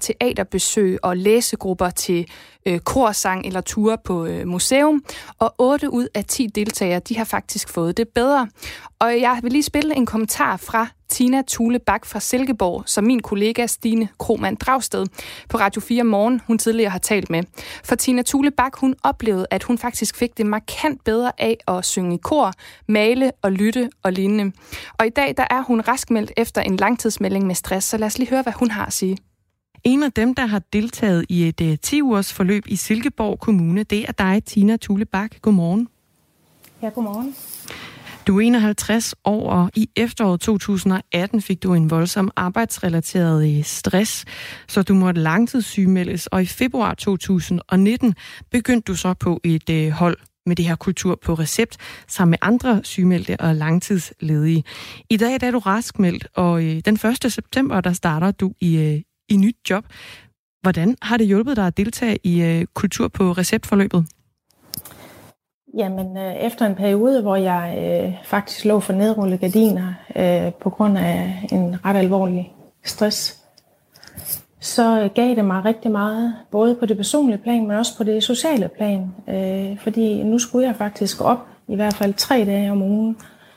teaterbesøg og læsegrupper til korsang eller ture på museum. Og 8 ud af 10 deltagere, de har faktisk fået det bedre. Og jeg vil lige spille en kommentar fra Tina Thule Bak fra Silkeborg, som min kollega Stine Krohmann Dragsted på Radio 4 Morgen, hun tidligere har talt med. For Tina Thule Bak, hun oplevede, at hun faktisk fik det markant bedre af at synge i kor, male og lytte og lignende. Og i dag, der er hun raskmeldt efter en langtidsmelding med stress, så lad os lige høre, hvad hun har at sige. En af dem, der har deltaget i et 10-ugers forløb i Silkeborg Kommune, det er dig, Tina Thule Bak. Godmorgen. Ja, godmorgen. Du er 51 år, og i efteråret 2018 fik du en voldsom arbejdsrelateret stress, så du måtte langtidssygemeldes, og i februar 2019 begyndte du så på et hold med det her kultur på recept, sammen med andre sygemeldte og langtidsledige. I dag er du raskmeldt, og den 1. september, der starter du i nyt job. Hvordan har det hjulpet dig at deltage i kultur på receptforløbet? Jamen, efter en periode, hvor jeg faktisk lå for nedrullede gardiner på grund af en ret alvorlig stress, så gav det mig rigtig meget, både på det personlige plan, men også på det sociale plan. Fordi nu skulle jeg faktisk op, i hvert fald 3 dage om ugen.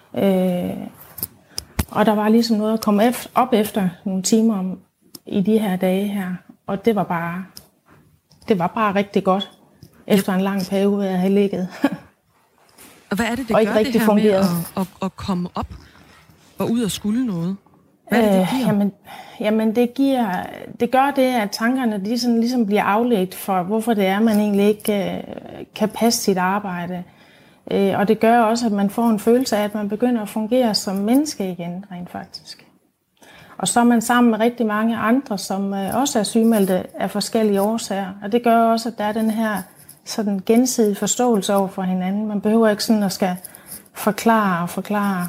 Og der var ligesom noget at komme op efter nogle timer i de her dage her. Og det var bare rigtig godt, efter en lang periode, jeg havde ligget. Og hvad er det, det gør det her med at komme op og ud og skulle noget? Hvad er det giver? Jamen det gør det, at tankerne ligesom bliver afledt for, hvorfor det er, man egentlig ikke kan passe sit arbejde. Og det gør også, at man får en følelse af, at man begynder at fungere som menneske igen, rent faktisk. Og så er man sammen med rigtig mange andre, som også er sygemeldte af forskellige årsager. Og det gør også, at der er den her sådan gensidig forståelse over for hinanden. Man behøver ikke sådan at skal forklare,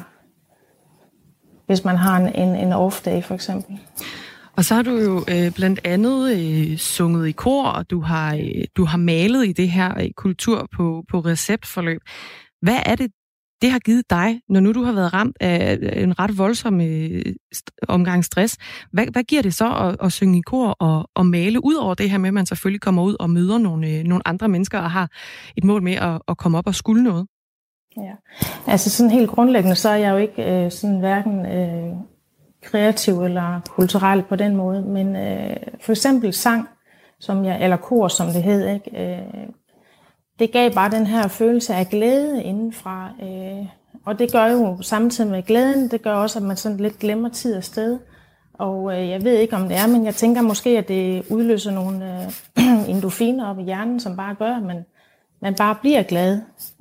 hvis man har en off day for eksempel. Og så har du jo blandt andet sunget i kor, og du har malet i det her kultur på receptforløb. Hvad er det har givet dig, når nu du har været ramt af en ret voldsom omgang stress? Hvad giver det så at synge i kor og male, ud over det her med, at man selvfølgelig kommer ud og møder nogle andre mennesker og har et mål med at komme op og skulle noget? Ja, altså sådan helt grundlæggende, så er jeg jo ikke sådan hverken kreativ eller kulturel på den måde, men for eksempel sang, eller kor, som det hed, ikke? Det gav bare den her følelse af glæde indenfra, og det gør jo samtidig med glæden, det gør også, at man sådan lidt glemmer tid og sted, og jeg ved ikke, om det er, men jeg tænker måske, at det udløser nogle endorfiner op i hjernen, som bare gør, at man bare bliver glad.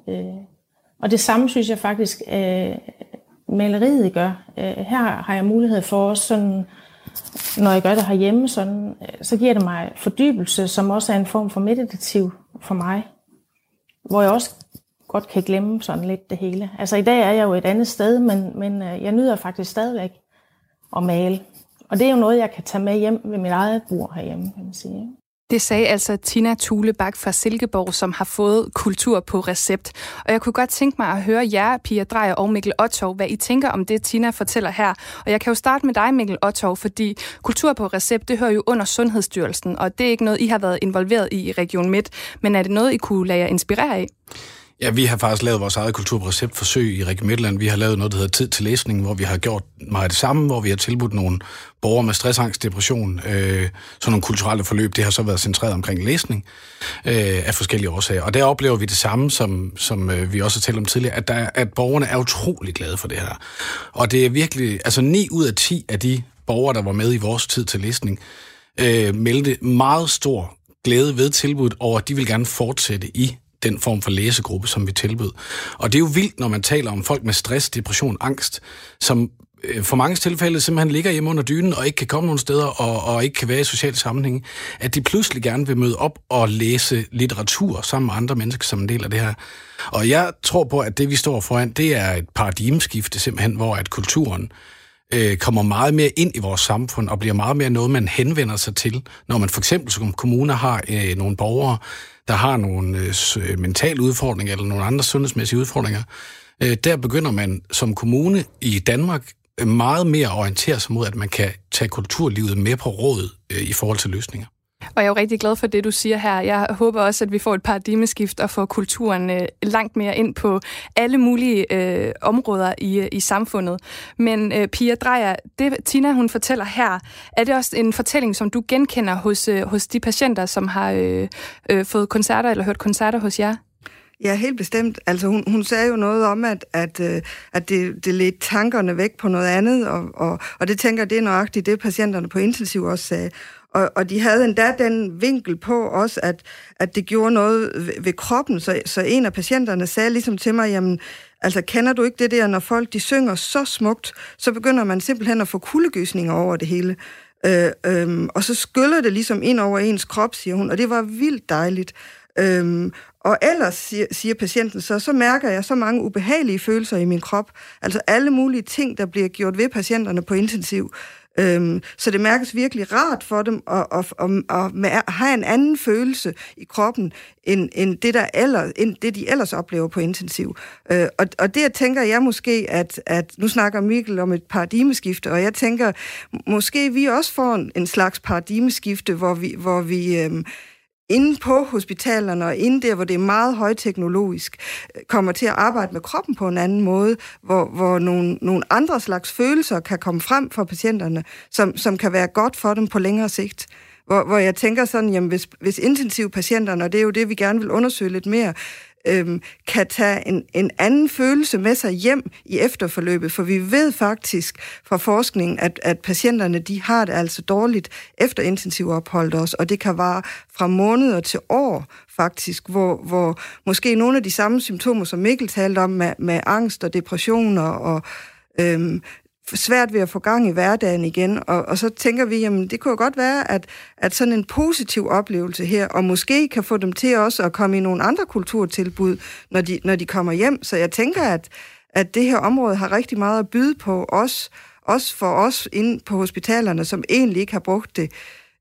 Og det samme synes jeg faktisk, maleriet gør. Her har jeg mulighed for også sådan, når jeg gør det herhjemme, sådan, så giver det mig fordybelse, som også er en form for meditativ for mig. Hvor jeg også godt kan glemme sådan lidt det hele. Altså i dag er jeg jo et andet sted, men jeg nyder faktisk stadigvæk at male. Og det er jo noget, jeg kan tage med hjem ved mit eget bord herhjemme, kan man sige. Det sagde altså Tina Thule Bak fra Silkeborg, som har fået kultur på recept. Og jeg kunne godt tænke mig at høre jer, Pia Drejer og Mikkel Ottov, hvad I tænker om det, Tina fortæller her. Og jeg kan jo starte med dig, Mikkel Ottov, fordi kultur på recept, det hører jo under Sundhedsstyrelsen, og det er ikke noget, I har været involveret i Region Midt. Men er det noget, I kunne lade jer inspirere af? Ja, vi har faktisk lavet vores eget kultur på receptforsøg i Region Midtjylland. Vi har lavet noget, der hedder Tid til læsning, hvor vi har gjort meget det samme, hvor vi har tilbudt nogle borgere med stressangst, depression, sådan nogle kulturelle forløb. Det har så været centreret omkring læsning af forskellige årsager. Og der oplever vi det samme, som vi også har talt om tidligere, at borgerne er utrolig glade for det her. Og det er virkelig, altså 9 ud af 10 af de borgere, der var med i vores Tid til læsning, meldte meget stor glæde ved tilbuddet over, at de vil gerne fortsætte i den form for læsegruppe, som vi tilbød. Og det er jo vildt, når man taler om folk med stress, depression, angst, som for mange tilfælde simpelthen ligger hjemme under dynen og ikke kan komme nogen steder og ikke kan være i sociale sammenhænge, at de pludselig gerne vil møde op og læse litteratur sammen med andre mennesker som en del af det her. Og jeg tror på, at det vi står foran, det er et paradigmeskifte simpelthen, hvor at kulturen kommer meget mere ind i vores samfund og bliver meget mere noget, man henvender sig til, når man for eksempel som kommune har nogle borgere, der har nogle mentale udfordringer eller nogle andre sundhedsmæssige udfordringer. Der begynder man som kommune i Danmark meget mere orientere sig mod, at man kan tage kulturlivet med på råd i forhold til løsninger. Og jeg er jo rigtig glad for det, du siger her. Jeg håber også, at vi får et paradigmeskift og får kulturen langt mere ind på alle mulige områder i samfundet. Men Pia Dreyer, det Tina hun fortæller her, er det også en fortælling, som du genkender hos de patienter, som har fået koncerter eller hørt koncerter hos jer? Ja, helt bestemt. Altså hun sagde jo noget om, at det ledte tankerne væk på noget andet, og det tænker det er nøjagtigt det, patienterne på intensiv også sagde. Og de havde endda den vinkel på også, at det gjorde noget ved kroppen, så en af patienterne sagde ligesom til mig, jamen, altså kender du ikke det der, når folk de synger så smukt, så begynder man simpelthen at få kuldegysninger over det hele. Og så skyller det ligesom ind over ens krop, siger hun, og det var vildt dejligt. Og ellers, siger patienten, så mærker jeg så mange ubehagelige følelser i min krop. Altså alle mulige ting, der bliver gjort ved patienterne på intensiv. Så det mærkes virkelig rart for dem at have en anden følelse i kroppen, end det de ellers oplever på intensiv. Og det tænker jeg måske, at nu snakker Mikkel om et paradigmeskifte, og jeg tænker, måske vi også får en slags paradigmeskifte, hvor vi inde på hospitalerne og inde der, hvor det er meget højteknologisk, kommer til at arbejde med kroppen på en anden måde, hvor nogle andre slags følelser kan komme frem for patienterne, som kan være godt for dem på længere sigt. Hvor jeg tænker sådan, jamen hvis intensivpatienterne, og det er jo det, vi gerne vil undersøge lidt mere, kan tage en anden følelse med sig hjem i efterforløbet, for vi ved faktisk fra forskningen, at patienterne de har det altså dårligt efter intensivopholdet også, og det kan vare fra måneder til år faktisk, hvor måske nogle af de samme symptomer, som Mikkel talte om, med angst og depressioner og svært ved at få gang i hverdagen igen, og så tænker vi, jamen det kunne jo godt være, at sådan en positiv oplevelse her, og måske kan få dem til også at komme i nogle andre kulturtilbud, når de kommer hjem. Så jeg tænker, at det her område har rigtig meget at byde på os, også for os inde på hospitalerne, som egentlig ikke har brugt det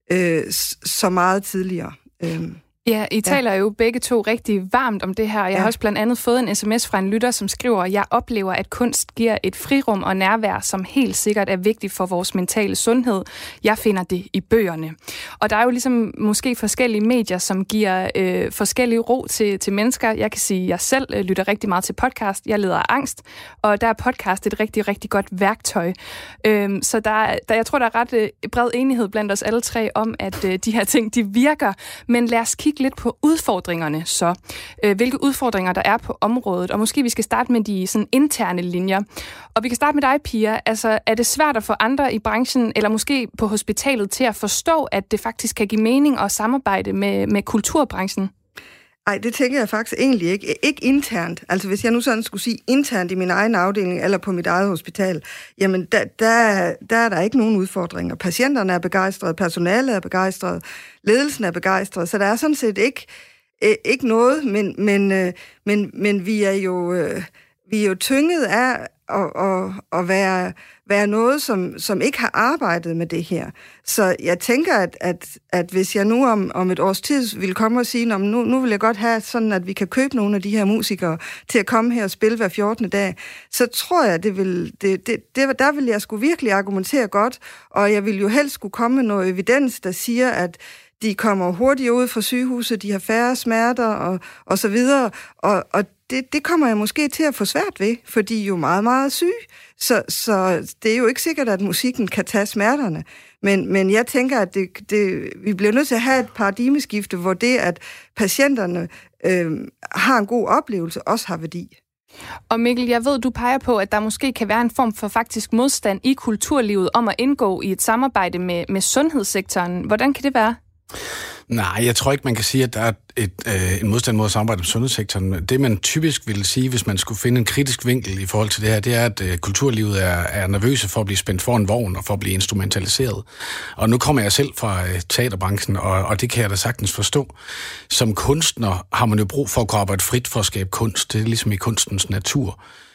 så meget tidligere. Ja, I taler jo begge to rigtig varmt om det her. Jeg har også blandt andet fået en sms fra en lytter, som skriver, jeg oplever, at kunst giver et frirum og nærvær, som helt sikkert er vigtigt for vores mentale sundhed. Jeg finder det i bøgerne. Og der er jo ligesom måske forskellige medier, som giver forskellige ro til mennesker. Jeg kan sige, at jeg selv lytter rigtig meget til podcast. Jeg lider af angst, og der er podcast et rigtig, rigtig godt værktøj. Så jeg tror, der er ret bred enighed blandt os alle tre om, at de her ting, de virker. Men lad os kigge lidt på udfordringerne så. Hvilke udfordringer der er på området, og måske vi skal starte med de sådan interne linjer. Og vi kan starte med dig, Pia. Altså, er det svært at få andre i branchen, eller måske på hospitalet, til at forstå, at det faktisk kan give mening at samarbejde med kulturbranchen? Nej, det tænker jeg faktisk egentlig ikke. Ikke internt. Altså, hvis jeg nu sådan skulle sige internt i min egen afdeling, eller på mit eget hospital, jamen, der er der ikke nogen udfordringer. Patienterne er begejstrede, personalet er begejstret, ledelsen er begejstret, så der er sådan set ikke noget, men vi er jo tynget af at være noget, som ikke har arbejdet med det her. Så jeg tænker, at hvis jeg nu om et års tid vil komme og sige, nu vil jeg godt have sådan, at vi kan købe nogle af de her musikere til at komme her og spille hver 14. dag, så tror jeg, der vil jeg sgu virkelig argumentere godt, og jeg vil jo helst skulle komme med noget evidens, der siger, at de kommer hurtigere ud fra sygehuset, de har færre smerter og så videre, og det kommer jeg måske til at få svært ved, for de er jo meget, meget syge. Så det er jo ikke sikkert, at musikken kan tage smerterne. Men jeg tænker, at vi bliver nødt til at have et paradigmeskifte, hvor det, at patienterne har en god oplevelse, også har værdi. Og Mikkel, jeg ved, du peger på, at der måske kan være en form for faktisk modstand i kulturlivet om at indgå i et samarbejde med sundhedssektoren. Hvordan kan det være? Nej, jeg tror ikke, man kan sige, at der er en modstand mod at samarbejde med sundhedssektoren. Det, man typisk ville sige, hvis man skulle finde en kritisk vinkel i forhold til det her, det er, at kulturlivet er nervøse for at blive spændt for en vogn og for at blive instrumentaliseret. Og nu kommer jeg selv fra teaterbranchen, og det kan jeg da sagtens forstå. Som kunstner har man jo brug for at kunne arbejde frit for at skabe kunst. Det er ligesom i kunstens natur.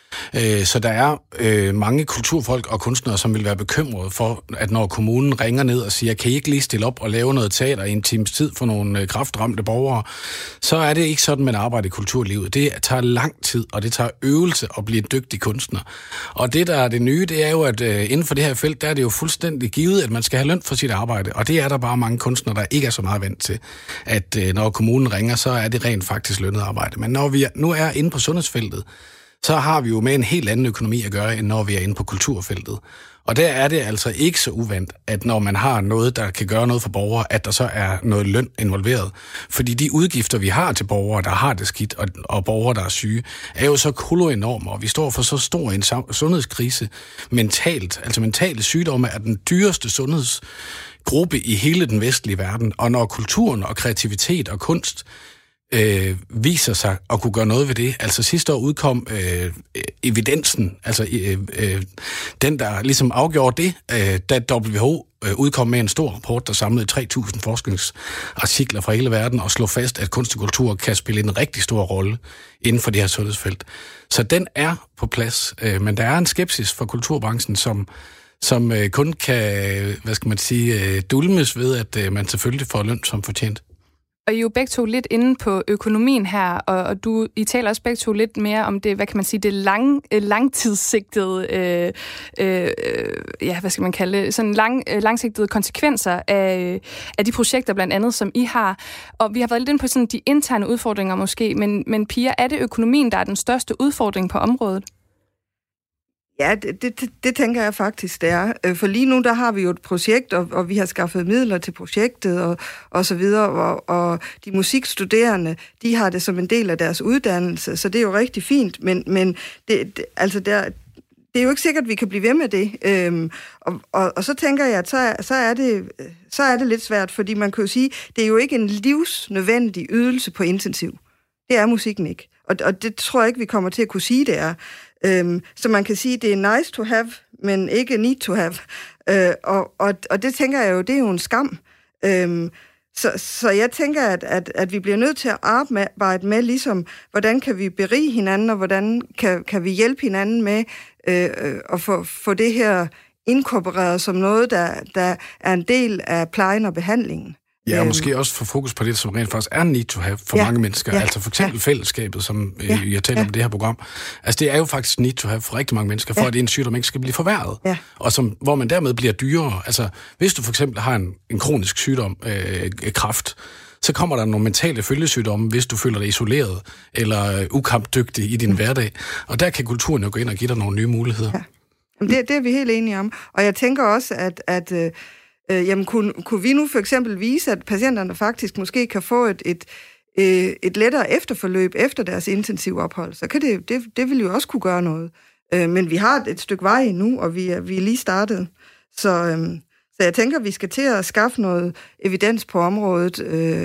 Så der er mange kulturfolk og kunstnere, som vil være bekymrede for, at når kommunen ringer ned og siger, kan I ikke lige stille op og lave noget teater i en times tid for nogle kræftramte borgere, så er det ikke sådan, man arbejder i kulturlivet. Det tager lang tid, og det tager øvelse at blive en dygtig kunstner. Og det, der er det nye, det er jo, at inden for det her felt, der er det jo fuldstændig givet, at man skal have løn for sit arbejde. Og det er der bare mange kunstnere, der ikke er så meget vant til. At når kommunen ringer, så er det rent faktisk lønnet arbejde. Men når vi nu er inde på sundhedsfeltet, så har vi jo med en helt anden økonomi at gøre, end når vi er inde på kulturfeltet. Og der er det altså ikke så uvandt, at når man har noget, der kan gøre noget for borgere, at der så er noget løn involveret. Fordi de udgifter, vi har til borgere, der har det skidt, og borgere, der er syge, er jo så koloenorme, og vi står for så stor en sundhedskrise mentalt. Altså mentale sygdomme er den dyreste sundhedsgruppe i hele den vestlige verden. Og når kulturen og kreativitet og kunst viser sig at kunne gøre noget ved det. Altså sidste år udkom evidensen, altså den, der ligesom afgjorde det, da WHO udkom med en stor rapport, der samlede 3.000 forskningsartikler fra hele verden og slog fast, at kunst og kultur kan spille en rigtig stor rolle inden for det her sundhedsfelt. Så den er på plads, men der er en skepsis for kulturbranchen, som kun kan, dulmes ved, at man selvfølgelig får løn som fortjent. Og I er jo begge to lidt inde på økonomien her, og I taler også begge to lidt mere om det, hvad kan man sige, det langtidssigtede, hvad skal man kalde det, sådan langsigtede konsekvenser af de projekter blandt andet, som I har. Og vi har været lidt inde på sådan de interne udfordringer måske, men Pia, er det økonomien, der er den største udfordring på området? Ja, det tænker jeg faktisk, det er. For lige nu, der har vi jo et projekt, og vi har skaffet midler til projektet og så videre, og de musikstuderende, de har det som en del af deres uddannelse, så det er jo rigtig fint, men det er jo ikke sikkert, at vi kan blive ved med det. Og så tænker jeg, at så er det lidt svært, fordi man kan jo sige, det er jo ikke en livsnødvendig ydelse på intensiv. Det er musikken ikke. Og det tror jeg ikke, vi kommer til at kunne sige, det er. Så man kan sige, det er nice to have, men ikke need to have. Og det tænker jeg jo, det er jo en skam. Så jeg tænker, at vi bliver nødt til at arbejde med, ligesom, hvordan kan vi berige hinanden, og hvordan kan vi hjælpe hinanden med at få det her inkorporeret som noget, der er en del af plejen og behandlingen. Ja, og måske også få fokus på det, som rent faktisk er need to have for mange mennesker. Ja. Altså for eksempel fællesskabet, som jeg taler om i det her program. Altså det er jo faktisk need to have for rigtig mange mennesker, for at en sygdom ikke skal blive forværret. Ja. Og hvor man dermed bliver dyrere. Altså hvis du for eksempel har en kronisk sygdom, kræft, så kommer der nogle mentale følgesygdomme, hvis du føler dig isoleret eller ukampdygtig i din hverdag. Og der kan kulturen jo gå ind og give dig nogle nye muligheder. Ja. Jamen, det er vi helt enige om. Og jeg tænker også, at jamen, kunne vi nu for eksempel vise, at patienterne faktisk måske kan få et lettere efterforløb efter deres intensive ophold, så kan det vil jo også kunne gøre noget. Men vi har et stykke vej endnu, og vi er lige startet. Så jeg tænker, vi skal til at skaffe noget evidens på området,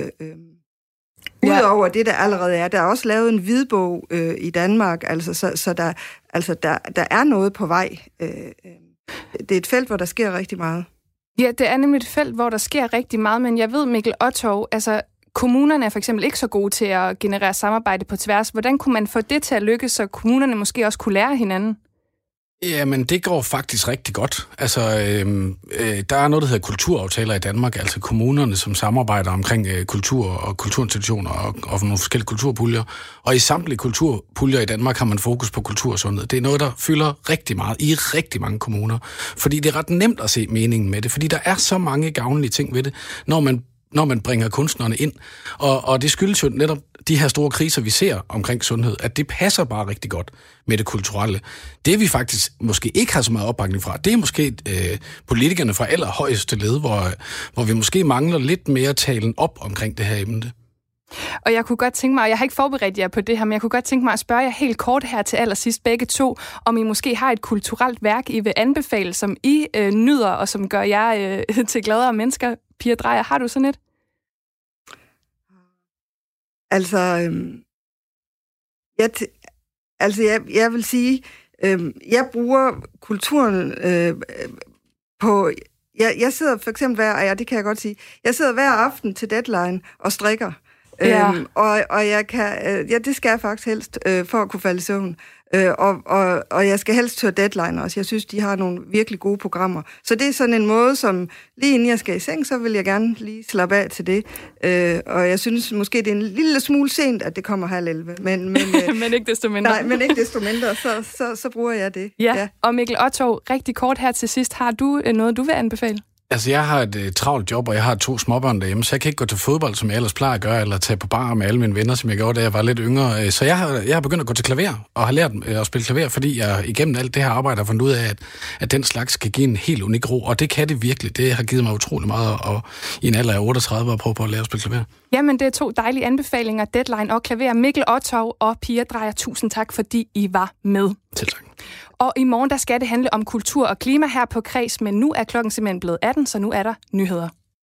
udover det, der allerede er. Der er også lavet en hvidbog i Danmark, så der er noget på vej. Det er et felt, hvor der sker rigtig meget. Ja, det er nemlig et felt, hvor der sker rigtig meget, men jeg ved, Mikkel Ottov, altså kommunerne er for eksempel ikke så gode til at generere samarbejde på tværs. Hvordan kunne man få det til at lykkes, så kommunerne måske også kunne lære hinanden? Jamen, det går faktisk rigtig godt. Altså, der er noget, der hedder kulturaftaler i Danmark, altså kommunerne, som samarbejder omkring kultur og kulturinstitutioner og nogle forskellige kulturpuljer. Og i samtlige kulturpuljer i Danmark har man fokus på kultur og sundhed. Det er noget, der fylder rigtig meget i rigtig mange kommuner, fordi det er ret nemt at se meningen med det, fordi der er så mange gavnlige ting ved det, når man bringer kunstnerne ind. Og det skyldes jo netop de her store kriser, vi ser omkring sundhed, at det passer bare rigtig godt med det kulturelle. Det vi faktisk måske ikke har så meget opbakning fra, det er måske politikerne fra allerhøjeste led, hvor vi måske mangler lidt mere talen op omkring det her emne. Og jeg kunne godt tænke mig, og jeg har ikke forberedt jer på det her, men jeg kunne godt tænke mig at spørge jer helt kort her til allersidst begge to, om I måske har et kulturelt værk, I vil anbefale, som I nyder, og som gør jer til gladere mennesker. Pia Dreyer, har du sådan et? Altså, jeg vil sige, jeg bruger kulturen på... Jeg sidder for eksempel det kan jeg godt sige, jeg sidder hver aften til deadline og strikker. Ja. Og jeg kan, det skal jeg faktisk helst for at kunne falde i søvn. Og jeg skal helst høre Deadline også. Jeg synes, de har nogle virkelig gode programmer. Så det er sådan en måde, som lige inden jeg skal i seng, så vil jeg gerne lige slappe af til det. Og jeg synes måske, det er en lille smule sent, at det kommer 10:30. Men men ikke desto mindre. Nej, men ikke desto mindre, så bruger jeg det. Ja. Og Mikkel Otto, rigtig kort her til sidst. Har du noget, du vil anbefale? Altså, jeg har et travlt job, og jeg har 2 småbørn derhjemme, så jeg kan ikke gå til fodbold, som jeg ellers plejer at gøre, eller tage på bar med alle mine venner, som jeg gjorde, da jeg var lidt yngre. Så jeg har begyndt at gå til klaver, og har lært at spille klaver, fordi jeg igennem alt det her arbejde har fundet ud af, at den slags kan give en helt unik ro, og det kan det virkelig. Det har givet mig utrolig meget, og i en alder af 38 at prøve på at lære at spille klaver. Jamen, det er 2 dejlige anbefalinger, Deadline og klaver. Mikkel Otto og Pia Drejer, tusind tak, fordi I var med. Selv tak. Og i morgen, der skal det handle om kultur og klima her på Kreds, men nu er klokken simpelthen blevet 18, så nu er der nyheder.